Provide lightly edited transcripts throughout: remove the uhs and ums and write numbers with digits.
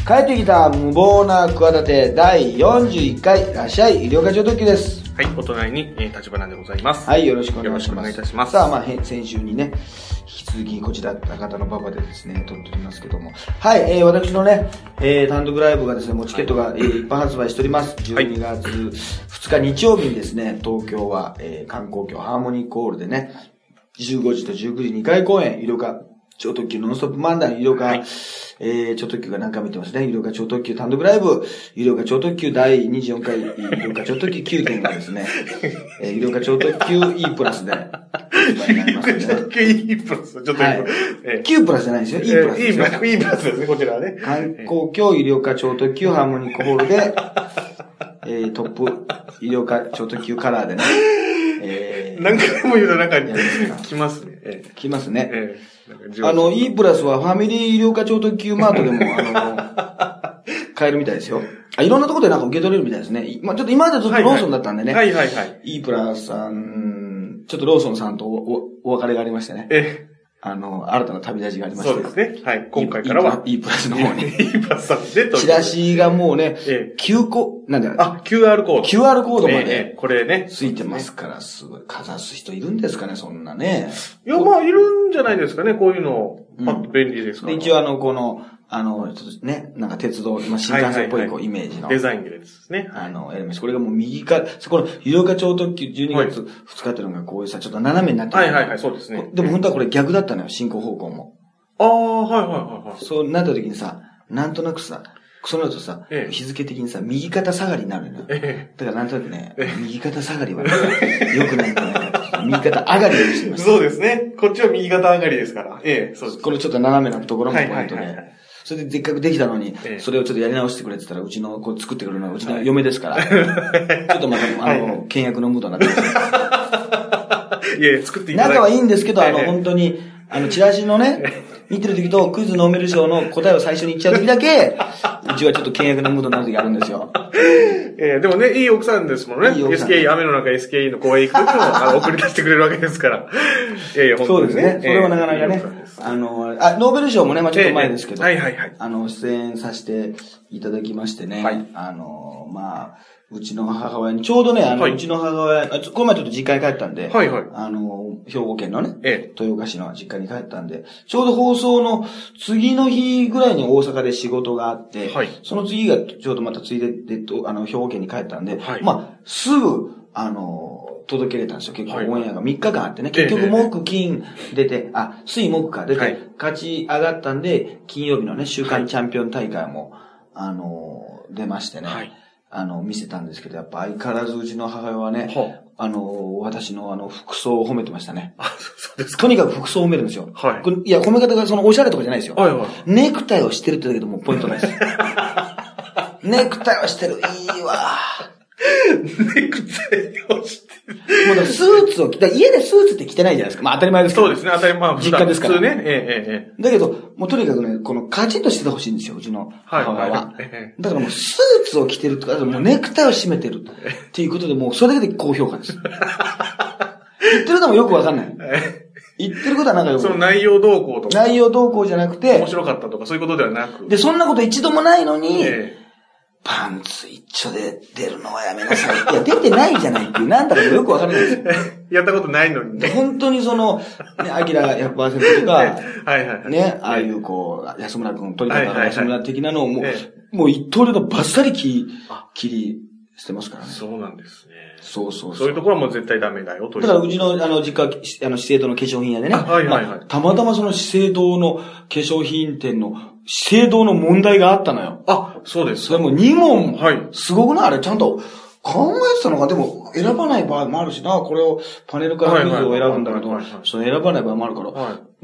帰ってきた無謀な企て第41回らっしゃい医療課長特急です。 はい、お隣に立花でございます。 はい、よろしくお願いします。 よろしくお願いいたします。 さあ、先週にね、引き続きこちら方のパパでですね、撮っておりますけども。はい、私のね、単独ライブがですね、もうチケットが、一般発売しております。12月2日日曜日にですね、東京は、観光協ハーモニーコールでね、15時と19時2回公演、医療課超特急ノンストップ漫談、医療課、超特急が何回も言ってますね。医療課超特急単独ライブ、医療課超特急第24回、医療課超特急9点がですね、医療課超特急 E プラスで、になりますね。超特急 E プラス、ちょっと、はい、9プラスじゃないですよ。E プラスですよ。 E プラスですね、こちらはね。 観光協医療課超特急ハーモニックホールで、トップ医療課超特急カラーでね、 何回も言うとなんか、来ますね。 来ますね。E プラスはファミリー医療課超特急マートでも、買えるみたいですよ。いろんなところでなんか受け取れるみたいですね。まあ、ちょっと今までずっとローソンだったんでね。 はいはいはい。 E プラスさん、ちょっとローソンさんとお別れがありましてね。新たな旅立ちがありまして。 そうですね。はい。今回からは。 E プラスの方に。 E プラスさんでと。 チラシがもうね、9個、なんだよ。 QR コード。 QR コードまで。 これね。 ついてますから、すごい。かざす人いるんですかね、そんなね。 いや、まあ、いるんじゃないですかね、こういうの。パッと便利ですから。 一応この、ね、なんか鉄道、新幹線っぽいこうイメージの。 デザインですね。 やりました。これがもう右から、この医療課超特急12月2日っていうのがこういうさ、ちょっと斜めになってる。 はい、そうですね。 でも本当はこれ逆だったのよ、進行方向も。 はい。 そうなった時にさ、なんとなくさ、その後さ、日付的にさ、右肩下がりになるのよ。だからなんとなくね、右肩下がりは、良くないんじゃないかと。右肩上がりをしてました。 そうですね。こっちは右肩上がりですから。そうです。 これちょっと斜めなところもポイントで。それでせっかくできたのに、それをちょっとやり直してくれって言ったら、うちの、こう作ってくれるのはうちの嫁ですから、ちょっとまた、倹約のムードになってます。 いや、作っていただいて。 仲はいいんですけど、本当に、チラシのね、見てる時とクイズノーベル賞の答えを最初に言っちゃう時だけ、うちはちょっと倹約のムードになる時あるんですよ。 でもね、いい奥さんですもんね。SKE、雨の中 SKE の公園行く時も、送り出してくれるわけですから。 そうですね。それはなかなかね。ノーベル賞もね、まあちょっと前ですけど。出演させていただきましてね。まあ、うちの母親に、ちょうどね、うちの母親、この前ちょっと実家に帰ったんで、兵庫県のね、豊岡市の実家に帰ったんで、ちょうど放送の次の日ぐらいに大阪で仕事があって、その次がちょうどまたついで、兵庫県に帰ったんで、まあ、すぐ、届けれたんですよ。結構オンエアが3日間あってね。結局木金出て、水木か出て、勝ち上がったんで、金曜日のね、週間チャンピオン大会も、出ましてね。見せたんですけど、やっぱ相変わらずうちの母親はね、私の服装を褒めてましたね。 そうですか。 とにかく服装を褒めるんですよ。いや、褒め方がおしゃれとかじゃないですよ。ネクタイをしてるってだけでもポイントないです。ネクタイをしてる、いいわ。 ネクタイをしてる。 もうスーツを家でスーツって着てないじゃないですか。まあ当たり前ですけど。 そうですね、当たり前。 実家ですから。 普通ね。 だけど、もうとにかくね、このカチッとしててほしいんですよ、うちの母親は。だからもうスーツを着てるとか、もうネクタイを締めてるっていうことで、もうそれだけで高評価です。言ってるのもよくわかんない。言ってることはなんかよく。 その内容動向とか。 内容動向じゃなくて。 面白かったとかそういうことではなく。 で、そんなこと一度もないのに、パンツ一丁で出るのはやめなさい。いや、出てないじゃないっていう、なんだかよくわからないです。 やったことないのにね。 本当にね、アキラ 100% とか、ね、ああいう安村くん、とにかく安村的なのをもう一刀でバッサリ切り捨てますからね。 そうなんですね。 そういうところはもう絶対ダメだよという。 だからうちの実家、資生堂の化粧品屋でね。たまたまその資生堂の化粧品店の資生堂の問題があったのよ。 そうです。 それも2問。すごくないあれちゃんと考えてたのか。でも選ばない場合もあるしな。これをパネルからクイズを選ぶんだけど、それ選ばない場合もあるから。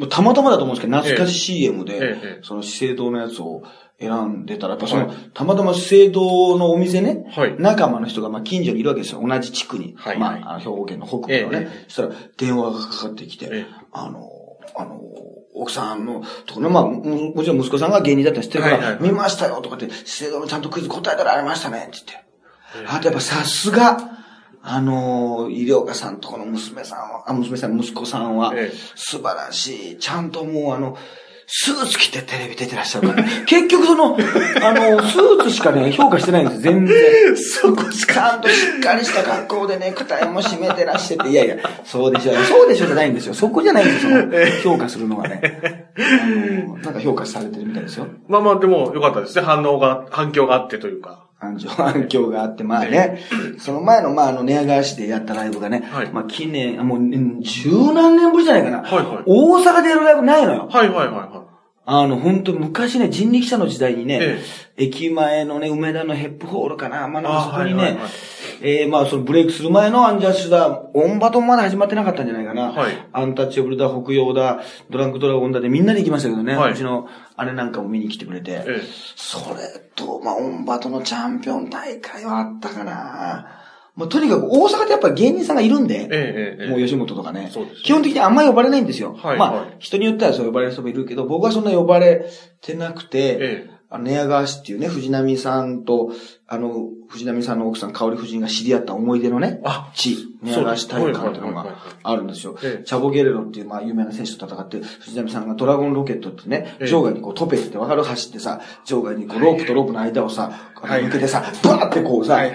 たまたまだと思うんですけど、懐かし CM で、その資生堂のやつを選んでたら、やっぱたまたま資生堂のお店ね、仲間の人が近所にいるわけですよ。同じ地区に。兵庫県の北部のね。そしたら電話がかかってきて、奥さんのところ、もちろん息子さんが芸人だったりしてるから、見ましたよとかって、資生堂のちゃんとクイズ答えたらありましたね、って言って。あとやっぱさすが、医療家さんとこの息子さんは、素晴らしい。ちゃんともうスーツ着てテレビ出てらっしゃるから、ね、結局スーツしかね、評価してないんですよ、全然。 そこしか。 ちゃんとしっかりした格好でね、肩も締めてらっしゃって、いやいや、そうでしょじゃないんですよ。そこじゃないんですよ、評価するのがね。なんか評価されてるみたいですよ。 まあまあ、でも、よかったですね。反響があってというか。 反響があって、まあね、その前の、寝屋川市でやったライブがね、はい、近年、もう、十何年ぶりじゃないかな。はいはい、大阪でやるライブないのよ。 はいはいはいはい。 本当昔ね、人力車の時代にね、駅前のね、梅田のヘップホールかな、なんかそこにね、そのブレイクする前のアンジャッシュだ、オンバトンまだ始まってなかったんじゃないかな。はい、アンタッチャブルだ、北洋だ、ドランクドラゴンだでみんなで行きましたけどね、はい、うちのあれなんかも見に来てくれて、それと、オンバトのチャンピオン大会はあったかな。もうとにかく大阪ってやっぱり芸人さんがいるんで、もう吉本とかね、基本的にあんまり呼ばれないんですよ。人によってはそう呼ばれる人もいるけど、僕はそんな呼ばれてなくて、寝屋川市っていうね、藤波さんと、藤波さんの奥さん、香織夫人が知り合った思い出のね、地、寝屋川市体育館っていうのがあるんですよ。チャボゲレロっていう有名な選手と戦って、藤波さんがドラゴンロケットってね、場外にトペってわかる走ってさ、場外にロープとロープの間をさ、抜けてさ、バーって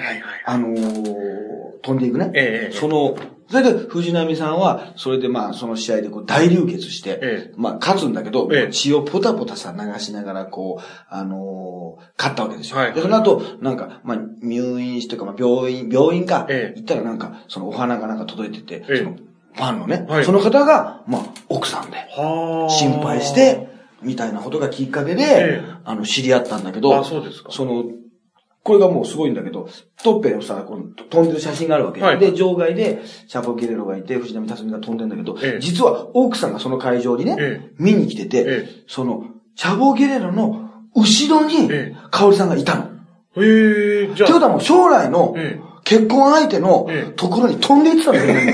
飛んでいくね。それで藤波さんは、それでその試合で大流血して、勝つんだけど、血をポタポタ流しながら勝ったわけですよ。で、その後、入院してか、病院か、行ったらそのお花が届いてて、そのファンのね、その方が、奥さんで、心配して、みたいなことがきっかけで、知り合ったんだけど、これがもうすごいんだけど、トッペをさ、飛んでる写真があるわけ。で、場外で、チャボゲレロがいて、藤波辰巳が飛んでんだけど、実は奥さんがその会場にね、見に来てて、その、チャボゲレロの後ろに、香織さんがいたの。じゃあ。ってことはもう将来の結婚相手のところに飛んでいってたんだよね。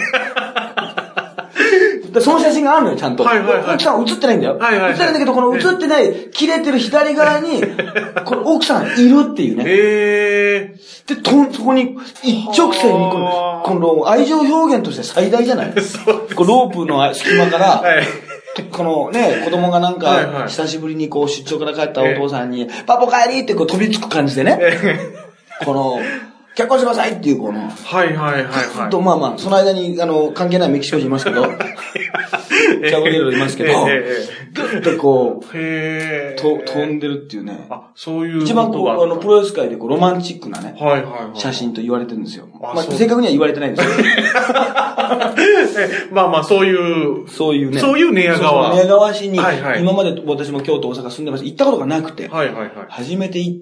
その写真があるのよ、ちゃんと。奥さんは写ってないんだよ。写ってないんだけど、この写ってない、切れてる左側に、この奥さんいるっていうね。で、そこに、一直線にこの愛情表現として最大じゃないロープの隙間から、このね、子供が久しぶりに出張から帰ったお父さんに、パパ帰りって飛びつく感じでね。結婚してくださいっていうと、 その間に、関係ないメキシコ人いますけど、チャボゲレロいますけど、ぐっと飛んでるっていうね。 そういう。 一番プロレス界でロマンチックなね、写真と言われてるんですよ。正確には言われてないんですよ。そういうね。 そういう寝屋川。 寝屋川市に、今まで私も京都、大阪住んでます。行ったことがなくて、初めて行って、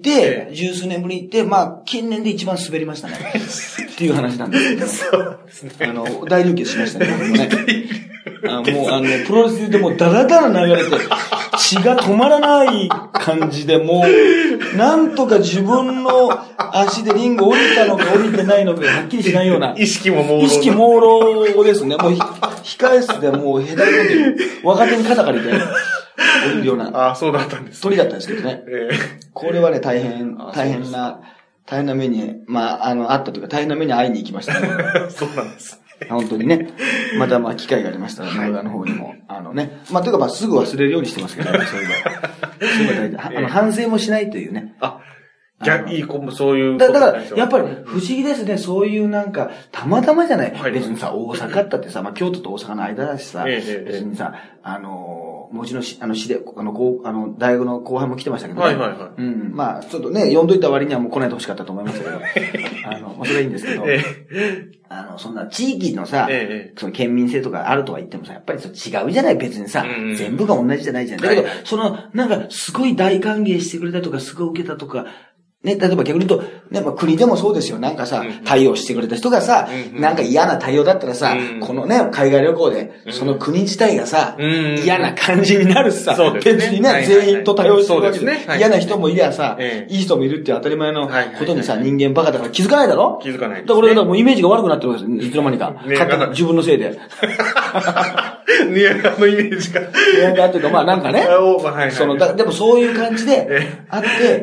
十数年ぶりに行って、近年で一番滑りましたね。っていう話なんですけど。 そうですね。 大流血しましたね、僕もね。もうプロレスでもうダラダラ流れて、血が止まらない感じで、もう、なんとか自分の足でリング降りたのか降りてないのかはっきりしないような。 意識も朦朧。 意識朦朧ですね。もう、控え室でもうへだり込んでる。若手に肩借りて、降りるような。 そうだったんです。 鳥だったんですけどね。これはね、大変な目に、あったというか大変な目に会いに行きましたね。 そうなんです。 本当にね。また機会がありましたら、動画の方にも。というかすぐ忘れるようにしてますけどね、そういうの。反省もしないというね。 いい子もそういう。 だから、やっぱり不思議ですね。そういうたまたまじゃない。別にさ、大阪だってさ、京都と大阪の間だしさ、別にさ、もうちの市で、大学の後輩も来てましたけどね。ちょっとね、呼んどいた割にはもう来ないでほしかったと思いますけど、それはいいんですけど、そんな地域のさ、その県民性とかあるとは言ってもさ、やっぱり違うじゃない、別にさ、全部が同じじゃないじゃん。だけど、すごい大歓迎してくれたとか、すごい受けたとか、ね、例えば逆に言うと、ね、国でもそうですよ。対応してくれた人がさ、嫌な対応だったらさ、このね、海外旅行で、その国自体がさ、嫌な感じになるしさ、別にね、全員と対応してるわけで、嫌な人もいりゃさ、いい人もいるっていう当たり前のことにさ、人間バカだから気づかないだろ？ 気づかない。 だから俺もうイメージが悪くなってるわけですよ。いつの間にか。自分のせいで。 寝屋川のイメージが。 寝屋川っていうか、でもそういう感じで、あって、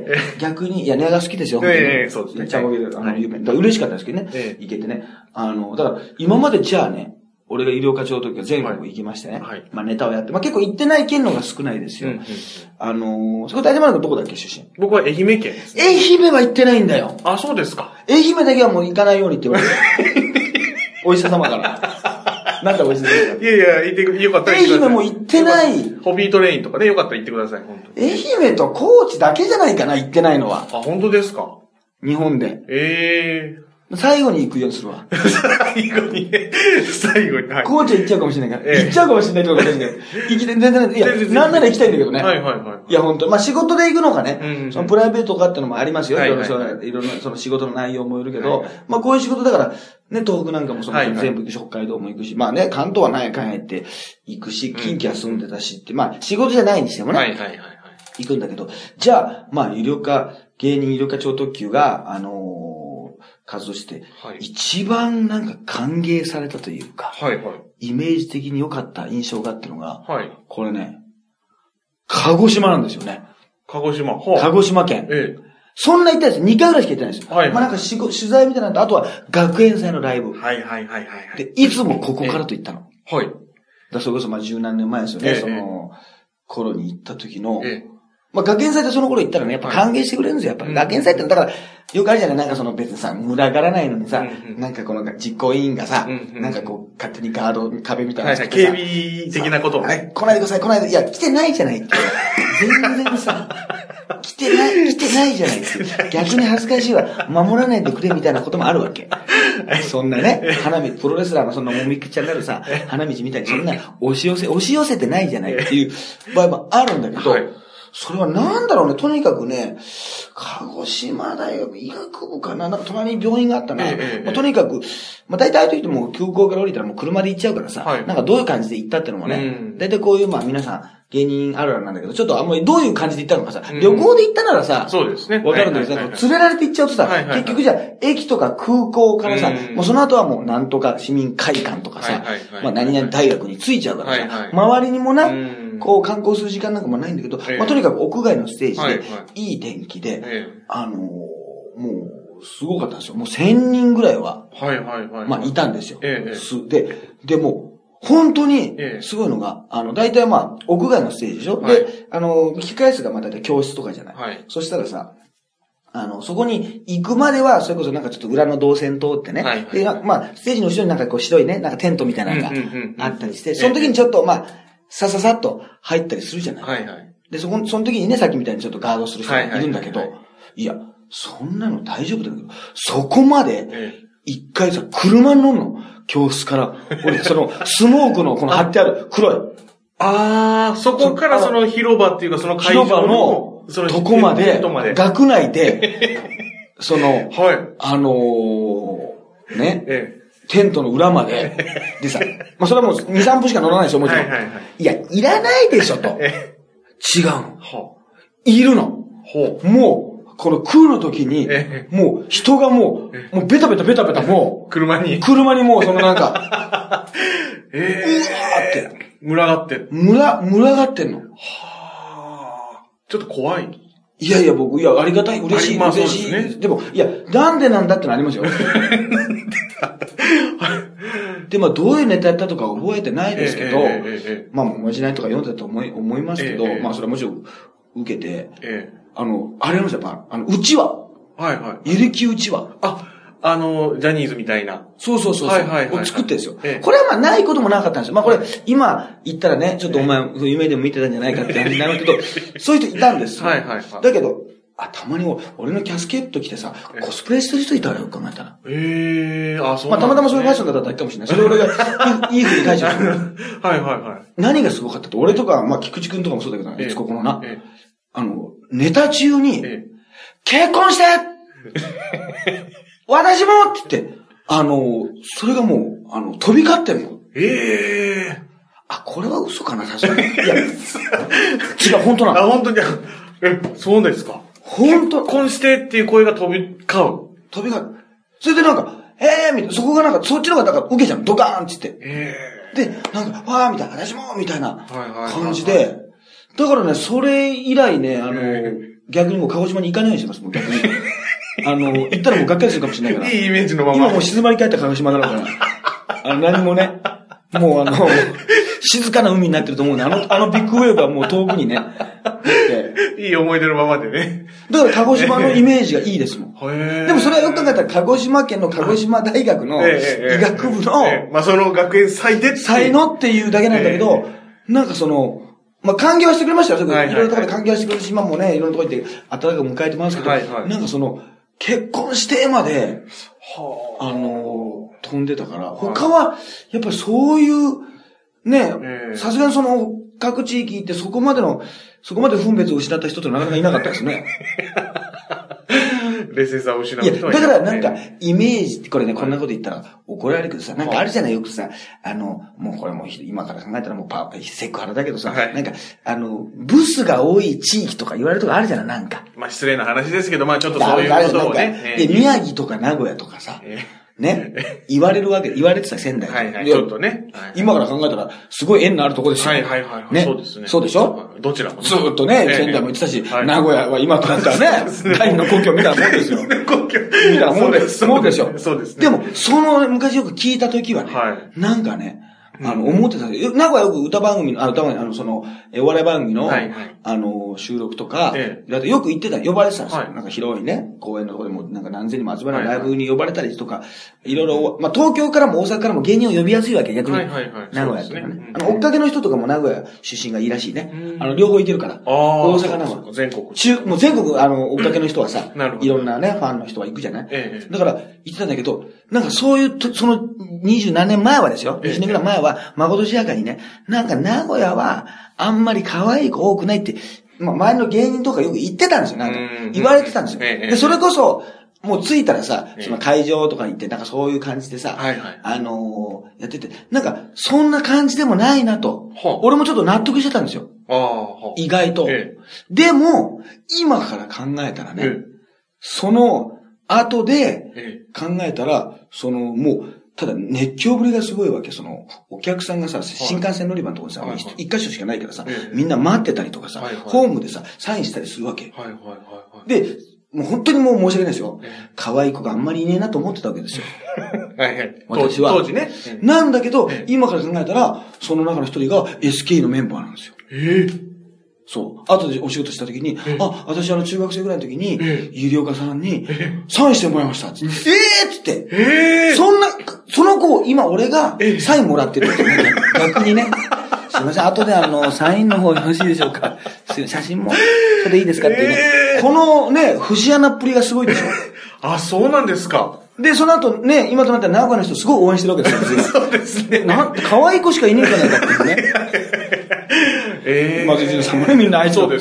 逆に、寝屋川好きですよ。 そうですね。 チャボゲレロ、有名。嬉しかったですけどね。行けてね。だから、今までじゃあね、 俺が医療課長の時は全国行きましてね。はい。まあネタをやって。まあ結構行ってない県のが少ないですよ。そこ大島君どこだっけ出身？ 僕は愛媛県ですね。 愛媛は行ってないんだよ。 あ、そうですか。 愛媛だけはもう行かないようにって言われて。お医者様から。なんだお医者様から。 いやいや、行ってよかったら愛媛も行ってない。 ホビートレインとかね、よかったら行ってください、本当に。 愛媛と高知だけじゃないかな、行ってないのは。 あ、本当ですか。 日本で。最後に行くようにするわ。 最後にね。最後に。 はい。高知は行っちゃうかもしれないから。行っちゃうかもしれないってことですね。行きて、全然、いや、なんなら行きたいんだけどね。 はいはいはい。 いや、本当まあ仕事で行くのがね、そのプライベートとかってのもありますよ。いろんな、その仕事の内容もいるけど、まあこういう仕事だから、ね、東北なんかもその全部北海道も行くし、まあね、関東は何やかんやって行くし、近畿は住んでたしって、まあ仕事じゃないにしてもね。はいはいはい。行くんだけど、じゃあ、まあ芸人医療科超特急が、活動して、一番なんか歓迎されたというか、イメージ的に良かった印象があったのが、これね、鹿児島なんですよね。 鹿児島県。そんな行ったんですよ。2回ぐらいしか行ってないんですよ。まあなんか取材みたいなのと、あとは学園祭のライブ。で、いつもここからと行ったの。だそれこそまあ十何年前ですよね。その頃に行った時の、まあ学園祭ってその頃行ったらね、やっぱ歓迎してくれるんですよ。やっぱり学園祭ってだから、よくあるじゃないなんかその別にさ、群がらないのにさ、なんかこの実行委員がさ、なんかこう、勝手にガード、壁みたいなの警備的なことを。 来ないでください、いや、来てないじゃないって。全然さ、来てないじゃないって。逆に恥ずかしいわ。守らないでくれみたいなこともあるわけ。そんなね、プロレスラーのそんなもみくちゃになるさ、花道みたいにそんな押し寄せてないじゃないっていう場合もあるんだけど、それはなんだろうね、とにかくね、鹿児島大学医学部かな、なんか隣に病院があったな。まあ、とにかく、まあ大体ああいう時ってもう空港から降りたらもう車で行っちゃうからさ、なんかどういう感じで行ったっていうのもね、大体こういうまあ皆さん芸人あるあるなんだけど、ちょっとあんまりどういう感じで行ったのかさ、旅行で行ったならさ、 そうですね。 わかるんだけど、連れられて行っちゃうとさ、結局じゃあ駅とか空港からさ、もうその後はもうなんとか市民会館とかさ、まあ何々大学に着いちゃうからさ、周りにもな、こう観光する時間なんかもないんだけど、まあとにかく屋外のステージで、いい天気で、もう、すごかったんですよ。もう1000人ぐらいは、まあいたんですよ。で、もう、本当に、すごいのが、大体まあ、屋外のステージでしょ、で、控え室がまあ大体教室とかじゃない。そしたらさ、そこに行くまでは、それこそなんかちょっと裏の動線通ってね。で、まあ、ステージの後ろになんかこう白いね、なんかテントみたいなのがあったりして、その時にちょっとまあ、さっと入ったりするじゃない。で、その時にね、さっきみたいにちょっとガードする人がいるんだけど、いや、そんなの大丈夫だけど、そこまで、一回さ、車に乗るの。教室から。俺、その、スモークのこの貼ってある黒い。 そこからその広場っていうかその会場の、 とこまで、学内で、その、テントの裏まで、でさ、まあ、それはもう2、3分しか乗らないでしょ、もちろん。いや、いらないでしょ、と。違うの。いるの。もう、この来る時に、もう人がもうベタベタもう、車にもうそのなんか、うわーって。 群がってる。 群がってんの。 ちょっと怖い。 いや、ありがたい、嬉しい。嬉しい。ね、でも、いや、なんでなんだってのありますよ。で、まあ、どういうネタやったとか覚えてないですけど、まあ、おまじないとか読んだと思いますけど、まあ、それはもちろん受けて、あれなんですよ、やっぱ、うちわ。エレキうちわ。 ジャニーズみたいな。 そう。を作ってるんですよ。これはまあないこともなかったんですよ。まあこれ、今言ったらね、ちょっとお前、夢でも見てたんじゃないかって話になるけど、そういう人いたんです。だけど、たまに俺のキャスケット着てさ、コスプレしてる人いたらよく考えたら。 そうまあたまたまそういうファッションだったらかもしれない。それ俺がいい風に書いちゃう。何がすごかったって、俺とか、まあ菊池くんとかもそうだけど、いつここのな。ネタ中に、結婚して私もって言って、それがもう、飛び交ってんの。これは嘘かな、確かに。いや、違う、本当なの。 本当に。そうですか。 本当。 結婚してっていう声が飛び交う。 それでなんか、みたいな、そこがなんか、そっちの方がなんか受けちゃう。ドカーンって言って。で、なんか、わーみたいな、私もみたいな感じで、だからね、それ以来ね、逆にもう鹿児島に行かないようにしてます、もう逆に。行ったらもうがっかりするかもしれないから。 いいイメージのまま。 今もう静まり返った鹿児島だろうから。何もね、 もう静かな海になってると思うね。ビッグウェーブはもう遠くにね。 いい思い出のままでね。 だから鹿児島のイメージがいいですもん。でもそれはよく考えたら鹿児島県の鹿児島大学の医学部の、 まあその学園祭で才能っていうだけなんだけど、なんかまあ、歓迎はしてくれましたよ。いろいろところで歓迎はしてくれるし、今もね、いろんなところで温かく迎えてますけど、なんか結婚してまで、飛んでたから、他は、やっぱりそういう、ね、さすがに各地域行ってそこまで分別を失った人ってなかなかいなかったですね。 冷静さを失う人はいや、だからなんか、イメージって、これね、こんなこと言ったら怒られるけどさ、なんかあるじゃない、よくさ、もうこれも今から考えたらもうセクハラだけどさ、なんか、ブスが多い地域とか言われるとこあるじゃない、なんか。 まあ失礼な話ですけど、まあちょっとそういうことをね。 で、宮城とか名古屋とかさ、ね。言われてた仙台。 はいはい。ちょっとね。 今から考えたら、すごい縁のあるとこですよ。 はいはいはい。 ね。 そうですね。 そうでしょ？ どちらも。 ずーっとね、仙台も言ってたし、名古屋は今となったらね、第二の故郷みたいなもんですよ。 故郷。 みたいなもんです。そうですよ。 そうですね。 でも、昔よく聞いたときはね、なんかね、思ってた。名古屋よくお笑い番組の、収録とか、よく行ってた、呼ばれてたんですよ。なんか広いね、公園のところでも、なんか何千人も集まるライブに呼ばれたりとか、いろいろ、まあ、東京からも大阪からも芸人を呼びやすいわけ、逆に。名古屋とかね。追っかけの人とかも名古屋出身がいいらしいね。両方行けるから。大阪名古屋。 全国。 もう全国、追っかけの人はさ、いろんなね、ファンの人は行くじゃない。だから、言ってたんだけど、なんかそういう、20何年前はですよ。20年ぐらい前は、まことしやかにね、なんか名古屋は、あんまり可愛い子多くないって、まあ、周りの芸人とかよく言ってたんですよ。なんか、言われてたんですよ。で、それこそ、もう着いたらさ、その会場とかに行って、なんかそういう感じでさ、やってて、なんか、そんな感じでもないなと。俺もちょっと納得してたんですよ。意外と。でも、今から考えたらね、その後で考えたら、もう、ただ熱狂ぶりがすごいわけ。お客さんがさ、新幹線乗り場のところにさ、一箇所しかないからさ、みんな待ってたりとかさ、ホームでさ、サインしたりするわけ。で、もう本当にもう申し訳ないですよ。可愛い子があんまりいねえなと思ってたわけですよ。私は。 当時ね。 なんだけど、今から考えたら、その中の一人が SK のメンバーなんですよ。そう。後でお仕事した時に、私中学生ぐらいの時に、ゆりおかさんに、サインしてもらいました。つって。つって。その子、今俺がサインもらってるってね。逆にね。すいません、後でサインの方よろしいでしょうか。写真も、それでいいですかっていうね。このね、節穴っぷりがすごいでしょ。 そうなんですか。 で、その後ね、今となったら名古屋の人すごい応援してるわけですよ。 そうですね。 可愛い子しかいねえじゃないかっていうね。まあ、さんもね、みんな愛想方です。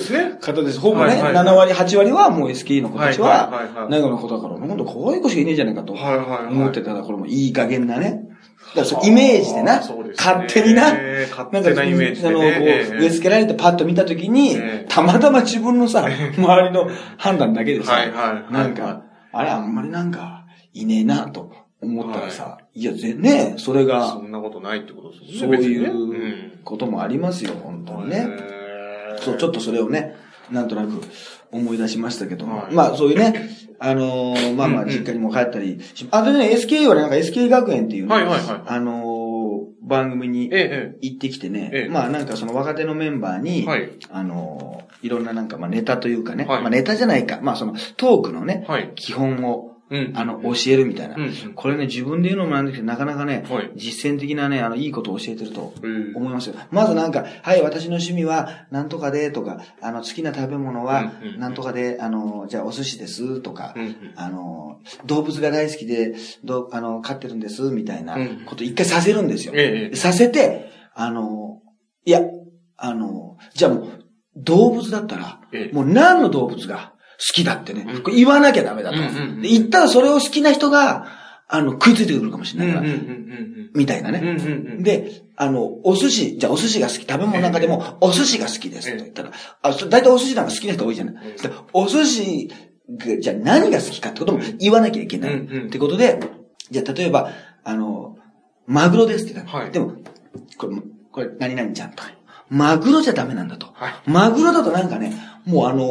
ほぼね、7割、8割はもう SK の子たちは、名古屋の子だから、ほんと可愛い子しかいねえじゃないかと思ってたら、これもいい加減なね。だからイメージでな、勝手にな、 勝手なイメージで植え付けられてパッと見たときに、たまたま自分のさ、周りの判断だけでさ、なんか、あれあんまりなんか、いねえなと思ったらさ、いや、ね、それが、 そんなことないってことですね。そういうこともありますよ、本当にね。そう、ちょっとそれをね、なんとなく思い出しましたけども。まあ、そういうね、実家にも帰ったり。あとね、SK はね、なんか SK 学園っていうね、番組に行ってきてね、まあなんかその若手のメンバーに、いろんななんかネタというかね、まあネタじゃないか、まあそのトークのね、基本を、教えるみたいな。これね、自分で言うのもなんですけど、なかなかね、実践的なね、いいことを教えてると思いますよ。まずなんか、はい、私の趣味は、なんとかで、とか、好きな食べ物は、なんとかで、じゃあお寿司です、とか、動物が大好きで、飼ってるんです、みたいなこと一回させるんですよ。させて、いや、じゃあもう、動物だったら、もう何の動物が、好きだってね、言わなきゃダメだと。言ったらそれを好きな人が、食いついてくるかもしれないから、みたいなね。で、お寿司、じゃあお寿司が好き、食べ物の中でもお寿司が好きですと言ったら、だいたいお寿司なんか好きな人多いじゃない。お寿司が、じゃあ何が好きかってことも言わなきゃいけない。ってことで、じゃあ例えば、マグロですって言ったら、でも、これ何々ちゃんとか、マグロじゃダメなんだと。マグロだとなんかね、もう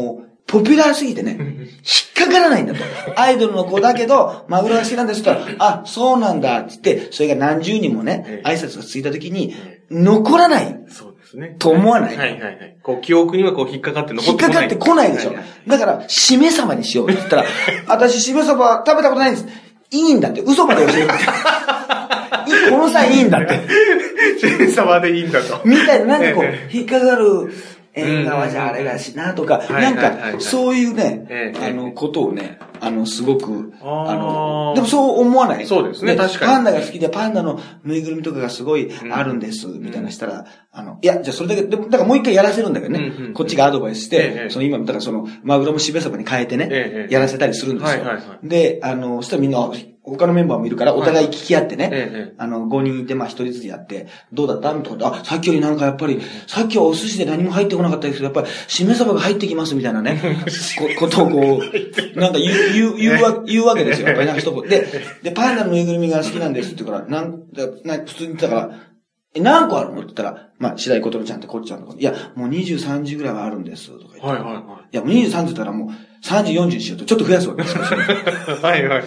ポピュラーすぎてね、引っかからないんだと。アイドルの子だけど、マグロが好きなんですって言ったら、あ、そうなんだって言って、それが何十人もね、挨拶がついた時に、残らない。 そうですね。 と思わない。 はいはいはい。こう、記憶にはこう引っかかって残ってこない。 引っかかってこないでしょ。だから、しめ鯖にしようって言ったら、私しめ鯖食べたことないんです。いいんだって、嘘まで教える。この際いいんだって。 しめ鯖でいいんだと。 みたいな、なんかこう、引っかかる、縁側じゃあれだしなとか、なんか、そういうね、ことをね、すごく、でもそう思わない。 そうですね、確かに。 パンダが好きで、パンダのぬいぐるみとかがすごいあるんです、みたいなしたら、いや、じゃあそれだけ、でも、だからもう一回やらせるんだけどね、こっちがアドバイスして、今、だからマグロもしめ鯖に変えてね、やらせたりするんですよ。で、そしたらみんな、他のメンバーもいるから、お互い聞き合ってね、5人いて、1人ずつやって、どうだったみたいなこと、さっきよりなんかやっぱり、さっきはお寿司で何も入ってこなかったですけど、やっぱり、しめ鯖が入ってきますみたいなね、ことをこう、なんか言うわけですよ。やっぱりなんか一言。で、パンダのぬいぐるみが好きなんですって言うから、普通に言ったから、何個あるのって言ったら、白井琴乃ちゃんってこっちゃんのこと。いや、もう23時ぐらいはあるんです、とか言って。はいはいはい。いや、もう23時って言ったらもう3時40にしようと、ちょっと増やすわけですよ。 はいはいはい。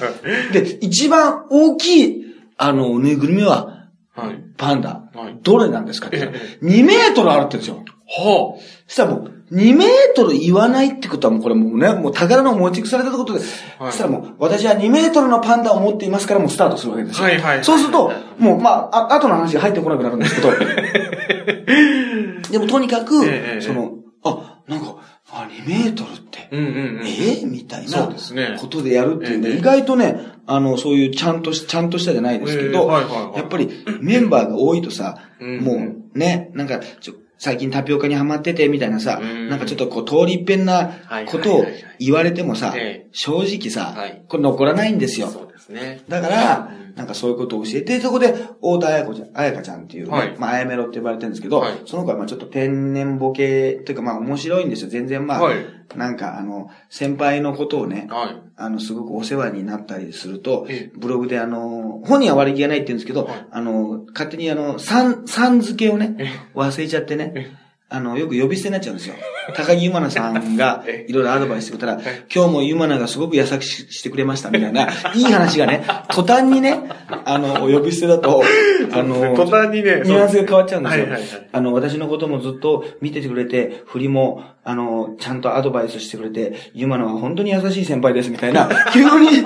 で、 一番大きい、ぬいぐるみは、パンダ。どれなんですかって言ったら、2メートルあるって言うんですよ。はあ。そしたらもう、2メートル言わないってことはもうこれもうね、もう宝の持ち腐れたことで、そしたらもう、私は2メートルのパンダを持っていますからもうスタートするわけですよ。はいはい。そうすると、もう後の話が入ってこなくなるんですけど、でもとにかく、なんか、2メートルって、みたいなことでやるっていうね、意外とね、そういうちゃんとしたじゃないですけど、やっぱりメンバーが多いとさ、もうね、なんか、最近タピオカにハマってて、みたいなさ、なんかちょっとこう、通り一遍なことを言われてもさ、正直さ、これ残らないんですよ。そうですね。だから、なんかそういうことを教えて、そこで、太田彩香ちゃんっていうね、あやめろって呼ばれてるんですけど、その子はちょっと天然ボケというか面白いんですよ。全然なんか先輩のことをね、すごくお世話になったりすると、ブログで本人は悪気がないって言うんですけど、勝手にさん付けをね、忘れちゃってね、よく呼び捨てになっちゃうんですよ。高木ゆまなさんがいろいろアドバイスしてくれたら、今日もゆまながすごく優しくしてくれましたみたいな、いい話がね、途端にね、呼び捨てだと、 途端にね、 ニュアンスが変わっちゃうんですよ。私のこともずっと見ててくれて、振りも、ちゃんとアドバイスしてくれて、ゆまなは本当に優しい先輩ですみたいな、急に、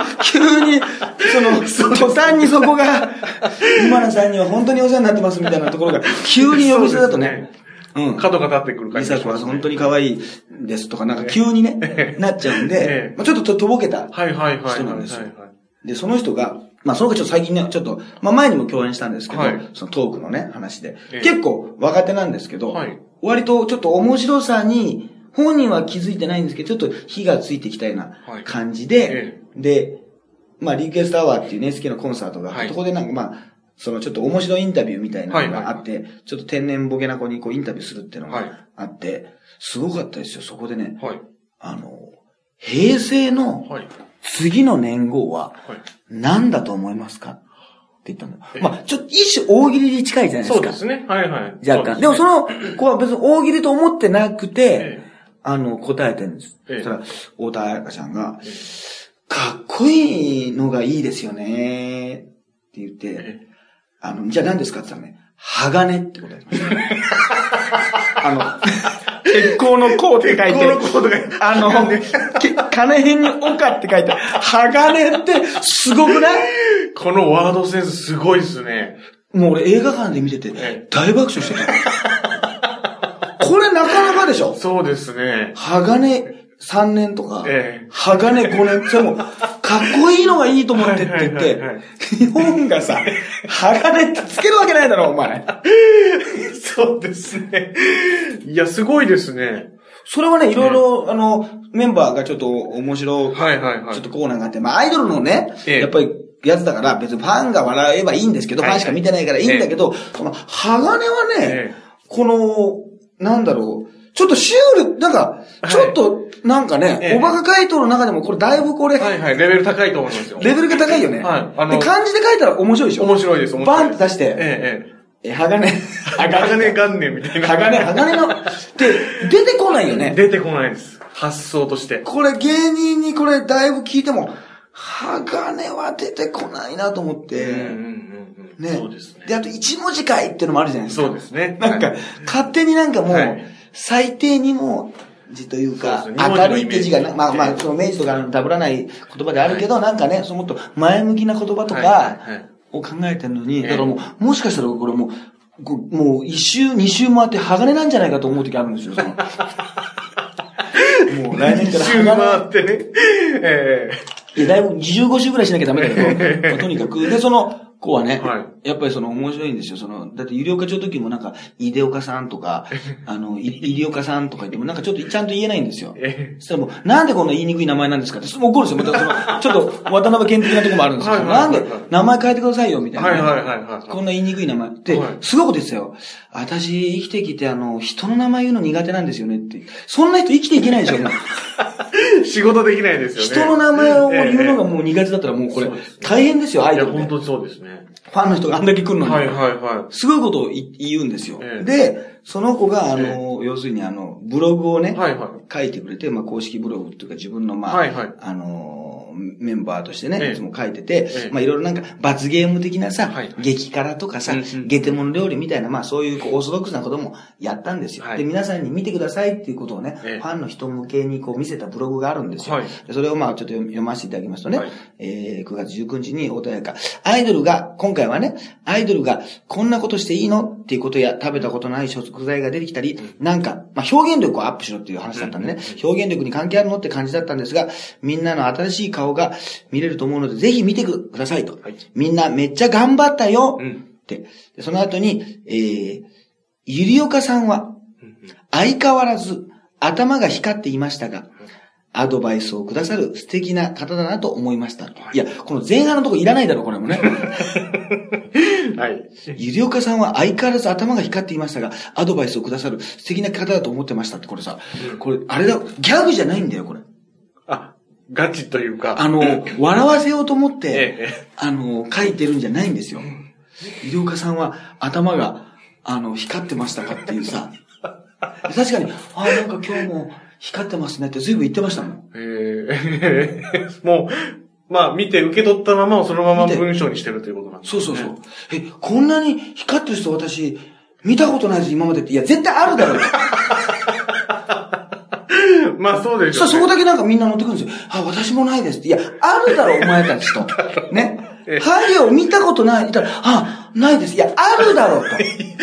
途端にそこが、ゆまなさんには本当にお世話になってますみたいなところが、急に呼び捨てだとね、 角が立ってくる感じ。 リサ子は本当に可愛いですとか、なんか急にね、なっちゃうんで、ちょっととぼけた人なんですよ。で、その人が、その子ちょっと最近ね、ちょっと、前にも共演したんですけど、そのトークのね、話で。結構若手なんですけど、割とちょっと面白さに、本人は気づいてないんですけど、ちょっと火がついてきたような感じで、で、リクエストアワーっていう NHK のコンサートがあって、そこでなんかちょっと面白いインタビューみたいなのがあって、ちょっと天然ボケな子にこうインタビューするっていうのがあって、すごかったですよ。そこでね、平成の次の年号は何だと思いますかって言ったんだ。ちょっと一種大喜利に近いじゃないですか。 そうですね。はいはい。 若干。でもその子は別に大喜利と思ってなくて、答えてるんです。そしたら、太田彩香ちゃんが、かっこいいのがいいですよねって言って、じゃあ何ですかって言ったらね、鋼って答えてました。結構のこうって書いて、金辺に岡って書いて、鋼ってすごくない？ このワードセンスすごいですね。 もう俺映画館で見てて、大爆笑してた。これなかなかでしょ？ そうですね。 鋼3年とか、鋼5年、それも、かっこいいのがいいと思ってって言って、日本がさ、鋼ってつけるわけないだろ、お前。 そうですね。いや、すごいですね。 それはね、いろいろ、メンバーがちょっと面白い、ちょっとコーナーがあって、アイドルのね、やっぱり、やつだから、別にファンが笑えばいいんですけど、ファンしか見てないからいいんだけど、その、鋼はね、この、なんだろう、ちょっとシュール、なんか、ちょっと、なんかね、おバカ回答の中でもこれだいぶこれ。 レベル高いと思いますよ。 レベルが高いよね。で、漢字で書いたら面白いでしょ？ 面白いです、 バンって出して、鋼元年みたいな。 鋼の、って、出てこないよね。 出てこないです。 発想として。 これ芸人にこれだいぶ聞いても、鋼は出てこないなと思って。 ね。そうですね。 で、あと一文字会っていうのもあるじゃないですか。 そうですね。 なんか、勝手になんかもう、最低2文字というか、明るいって字が、まあ、その明治とかダブらない言葉であるけど、なんかね、もっと前向きな言葉とかを考えてるのに、だからもしかしたらこれもう一周、二周回って鋼なんじゃないかと思う時あるんですよ、もう来年から鋼。一周回ってね。 いや、だいぶ15周ぐらいしなきゃダメだけど、とにかく。で、その子はね、やっぱり面白いんですよ。だって、ゆりおかちょの時もなんか、いでおかさんとか、いりおかさんとか言ってもなんかちょっとちゃんと言えないんですよ。そしたらもう、なんでこんな言いにくい名前なんですかって、怒るんですよ。またちょっと、渡辺健的なところもあるんですけど、なんで、名前変えてくださいよ、みたいな。こんな言いにくい名前って、すごいこと言ってたよ。私、生きてきて、人の名前言うの苦手なんですよねって。そんな人生きていけないでしょ、もう。 仕事できないですよね。 人の名前を言うのがもう苦手だったらもうこれ、大変ですよ、アイドルで。 いや、本当にそうですね。 ファンの人があんだけ来るのに。すごいことを言うんですよ。で、その子が、要するにブログをね、書いてくれて、まあ、公式ブログっていうか自分の、まあ、メンバーとしてね、いつも書いてて、まあ、いろいろなんか、罰ゲーム的なさ、激辛とかさ、ゲテモノ料理みたいな、まあ、そういうオーソドックスなこともやったんですよ。で、皆さんに見てくださいっていうことをね、ファンの人向けにこう見せたブログがあるんですよ。それをまあ、ちょっと読ませていただきますとね、9月19日に穏やか。今回はね、アイドルがこんなことしていいのっていうことや、食べたことない食材が出てきたり、なんか、まあ、表現力をアップしろっていう話だったんでね、表現力に関係あるのって感じだったんですが、みんなの新しい顔が見れると思うので、ぜひ見てくださいと。みんなめっちゃ頑張ったよって。その後に、ゆりおかさんは、相変わらず頭が光っていましたが、アドバイスをくださる素敵な方だなと思いました。いや、この前半のとこいらないだろ、これもね。はい。ゆりおかさんは相変わらず頭が光っていましたが、アドバイスをくださる素敵な方だと思ってましたって、これさ、これ、あれだ、ギャグじゃないんだよ、これ。 ガチというか。 笑わせようと思って、書いてるんじゃないんですよ。ゆりおかさんは頭が、光ってましたかっていうさ。確かに、なんか今日も光ってますねって随分言ってましたもん。 もう、まあ見て受け取ったままをそのまま文章にしてるということなんですね。 そう。こんなに光ってる人私、見たことないです、今までって。いや、絶対あるだろう。 まあそうでしょうね。 そこだけなんかみんな乗ってくるんですよ。私もないですって。いや、あるだろ、お前たちと。ね。ハゲを見たことない。言ったら、ないです。いや、あるだろうと。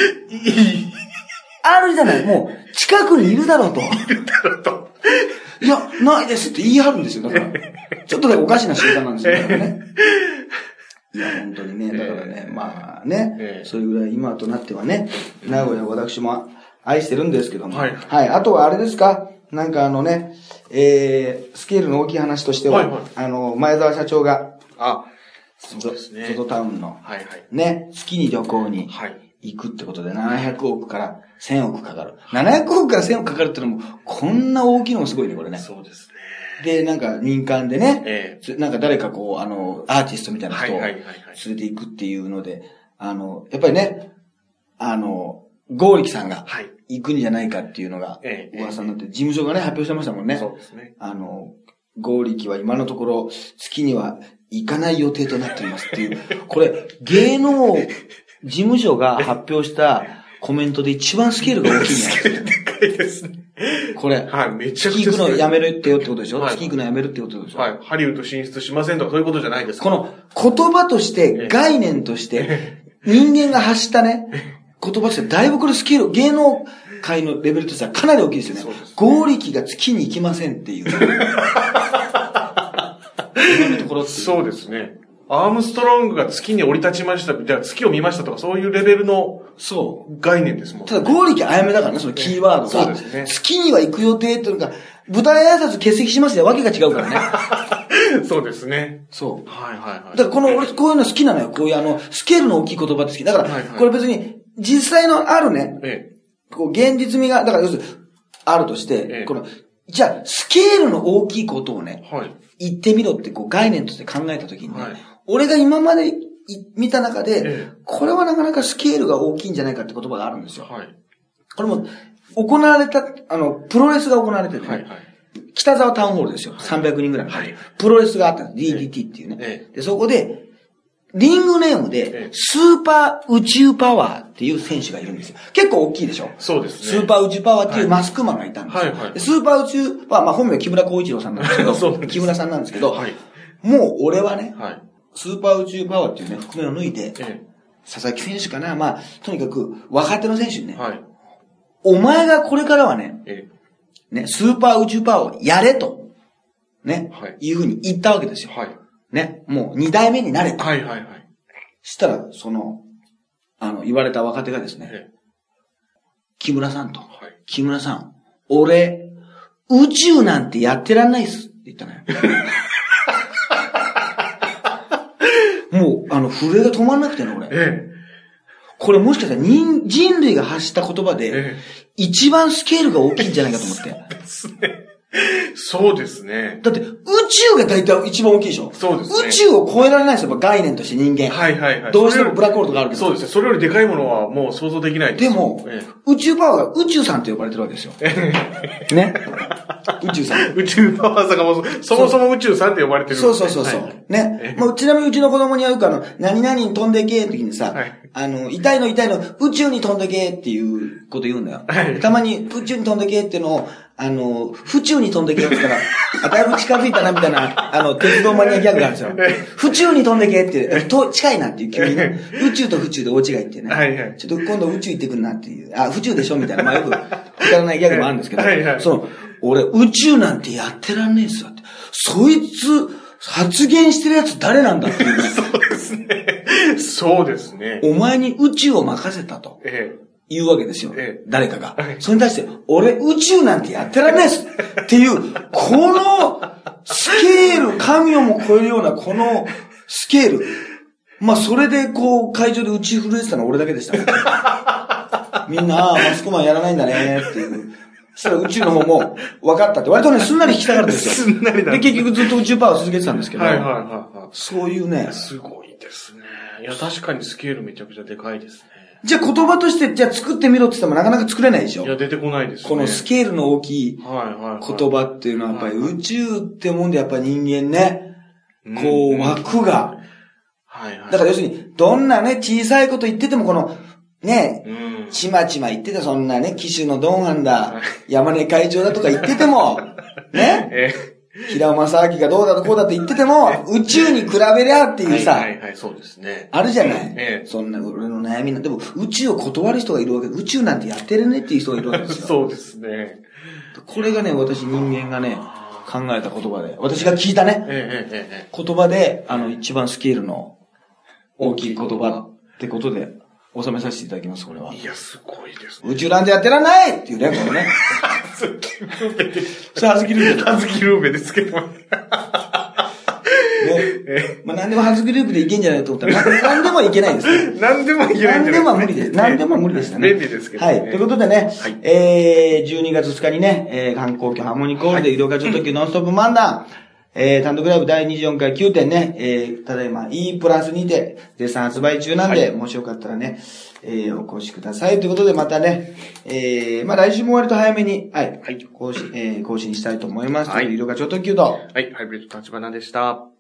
あるじゃない。もう、近くにいるだろうと。いや、ないですって言い張るんですよ。だから。ちょっとだけおかしな習慣なんですよ。だからね。いや、本当にね。だからね、まあね。それぐらい今となってはね、名古屋私も愛してるんですけども。はい。あとはあれですか。なんかスケールの大きい話としては、前澤社長が、 そうですね。 ゾゾタウンの、ね、月に旅行に行くってことで700億から1000億かかる。700億から1000億かかるってのも、こんな大きいのもすごいね、これね。 そうですね。 で、なんか民間でね、なんか誰かこう、アーティストみたいな人を連れて行くっていうので、やっぱりね、ゴーリキさんが行くんじゃないかっていうのが噂になって、事務所がね、発表してましたもんね。 そうですね。 ゴーリキは今のところ月には行かない予定となっていますっていう、これ、芸能事務所が発表したコメントで一番スケールが大きいんじゃないですか。 でかいですね。 これ、 めちゃくちゃ月行くのやめるってよってことでしょ、月行くのやめるってことでしょ。 ハリウッド進出しませんとかそういうことじゃないですか。 この言葉として、概念として、人間が発したね、言葉としてだいぶこれスケール、芸能界のレベルとしてはかなり大きいですよね。ゴーリキが月に行きませんっていう。 そうですね。アームストロングが月に降り立ちました、じゃあ月を見ましたとかそういうレベルの概念ですもんね。 ただゴーリキあやめだからね、そのキーワードが。そうですね。月には行く予定っていうのが、舞台挨拶欠席しますよ、わけが違うからね。 そうですね。 そう。だから俺こういうの好きなのよ。こういうスケールの大きい言葉って好き。だから、これ別に実際のあるね、こう現実味が、だから要するにあるとして、じゃあスケールの大きいことをね、言ってみろってこう概念として考えたときに、俺が今まで見た中で、これはなかなかスケールが大きいんじゃないかって言葉があるんですよ。これも、行われた、プロレスが行われてる、ね。 北沢タウンホールですよ。300人ぐらい。はい。プロレスがあったんです。DDT っていうね。で、そこで、リングネームで、スーパー宇宙パワーっていう選手がいるんですよ。結構大きいでしょ？ そうですね。スーパー宇宙パワーっていうマスクマンがいたんですよ。はいはい。スーパー宇宙パワー、まあ本名は木村光一郎さんなんですけど、木村さんなんですけど、はい。もう俺はね、はい。スーパー宇宙パワーっていうね、覆面を脱いで、佐々木選手かな、まあ、とにかく若手の選手にね、はい。お前がこれからはね、ね、スーパー宇宙パワーをやれと、ね、はい。いうふうに言ったわけですよ。はい。ね、もう2代目になれと。はいはいはい。したら、言われた若手がですね、木村さんと、はい、木村さん、俺、宇宙なんてやってらんないっすって言ったのよ。もう、震えが止まんなくてね、俺。これもしかしたら人類が発した言葉で、一番スケールが大きいんじゃないかと思って。 そうですね。そうですね。 だって、宇宙が大体一番大きいでしょ？そうですね。宇宙を超えられないですよ、概念として人間。はいはいはい。どうしてもブラックホールとかあるけど。 そうですね。それよりでかいものはもう想像できないです。 でも、宇宙パワーが宇宙さんと呼ばれてるわけですよ。ね。宇宙さん。 宇宙パワーさんがもう、そもそも宇宙さんって呼ばれてる。 そうそうそうそう。はい、ね。もうちなみにうちの子供にはよく何々に飛んでけーって時にさ、はい、痛いの宇宙に飛んでけーっていうこと言うんだよ。はい、たまに宇宙に飛んでけーっていうのを、府中に飛んでけって言ったら、だいぶ近づいたなみたいな、鉄道マニアギャグがあるんですよ。府中に飛んでけって、近いなっていう急にね。宇宙と府中で大違いっていうね。はいはい。ちょっと今度宇宙行ってくんなっていう。府中でしょみたいな。まあよく、くだらないギャグもあるんですけど。はいはい。俺宇宙なんてやってらんねえっすよって。そいつ、発言してるやつ誰なんだっていうね。 そうですね。そうですね。 お前に宇宙を任せたと。言うわけですよ。誰かが。それに対して、俺宇宙なんてやってらんないっすっていう、このスケール、神をも超えるようなこのスケール。まあ、それで会場で打ち震えてたのは俺だけでした。みんな、マスクマンやらないんだねっていう。そしたら宇宙の方も分かったって。割とね、すんなり引き下がるんですよ。すんなりだ。で、結局ずっと宇宙パワーを続けてたんですけど。はいはいはい。そういうね。 すごいですね。いや、確かにスケールめちゃくちゃでかいですね。 じゃあ言葉として、じゃあ作ってみろって言ってもなかなか作れないでしょ？ いや、出てこないですね。 このスケールの大きい言葉っていうのはやっぱり宇宙ってもんでやっぱり人間ね、枠が。はいはい。だから要するに、どんなね、小さいこと言っててもこの、ね、ちまちま言っててそんなね、騎手のドンハンだ、山根会長だとか言ってても、ね、平尾正明がどうだとこうだと言ってても、宇宙に比べりゃっていうさ、 はいはい、そうですね。 あるじゃない。そんな俺の悩みな。でも宇宙を断る人がいるわけで、宇宙なんてやってるねっていう人がいるわけですよ。 そうですね。 これがね、私人間がね、考えた言葉で、私が聞いたね、言葉で、一番スケールの大きい言葉ってことで、収めさせていただきます、これは。 いや、すごいですね。 宇宙なんてやってらんないっていうね、これね。 それ、 はずきルーペ。 はずきルーペですけど。ね。 まあ、何でもはずきルーペでいけんじゃないと思ったら、何でもいけないですね。 何でもいけないんじゃないですか。 何でも無理です。何でも無理でしたね。 便利ですけどね。はい。ということでね、12月2日にね、観光局ハーモニーコールで医療課長特急ノンストップ漫談、単独ライブ第24回9点ね、ただいま E プラスにて絶賛発売中なんで、もしよかったらね、お越しください。ということでまたね、まあ来週も割と早めに、はい、更新したいと思います。はい。医療課長特急と、 はい、ハイブリッド立花でした。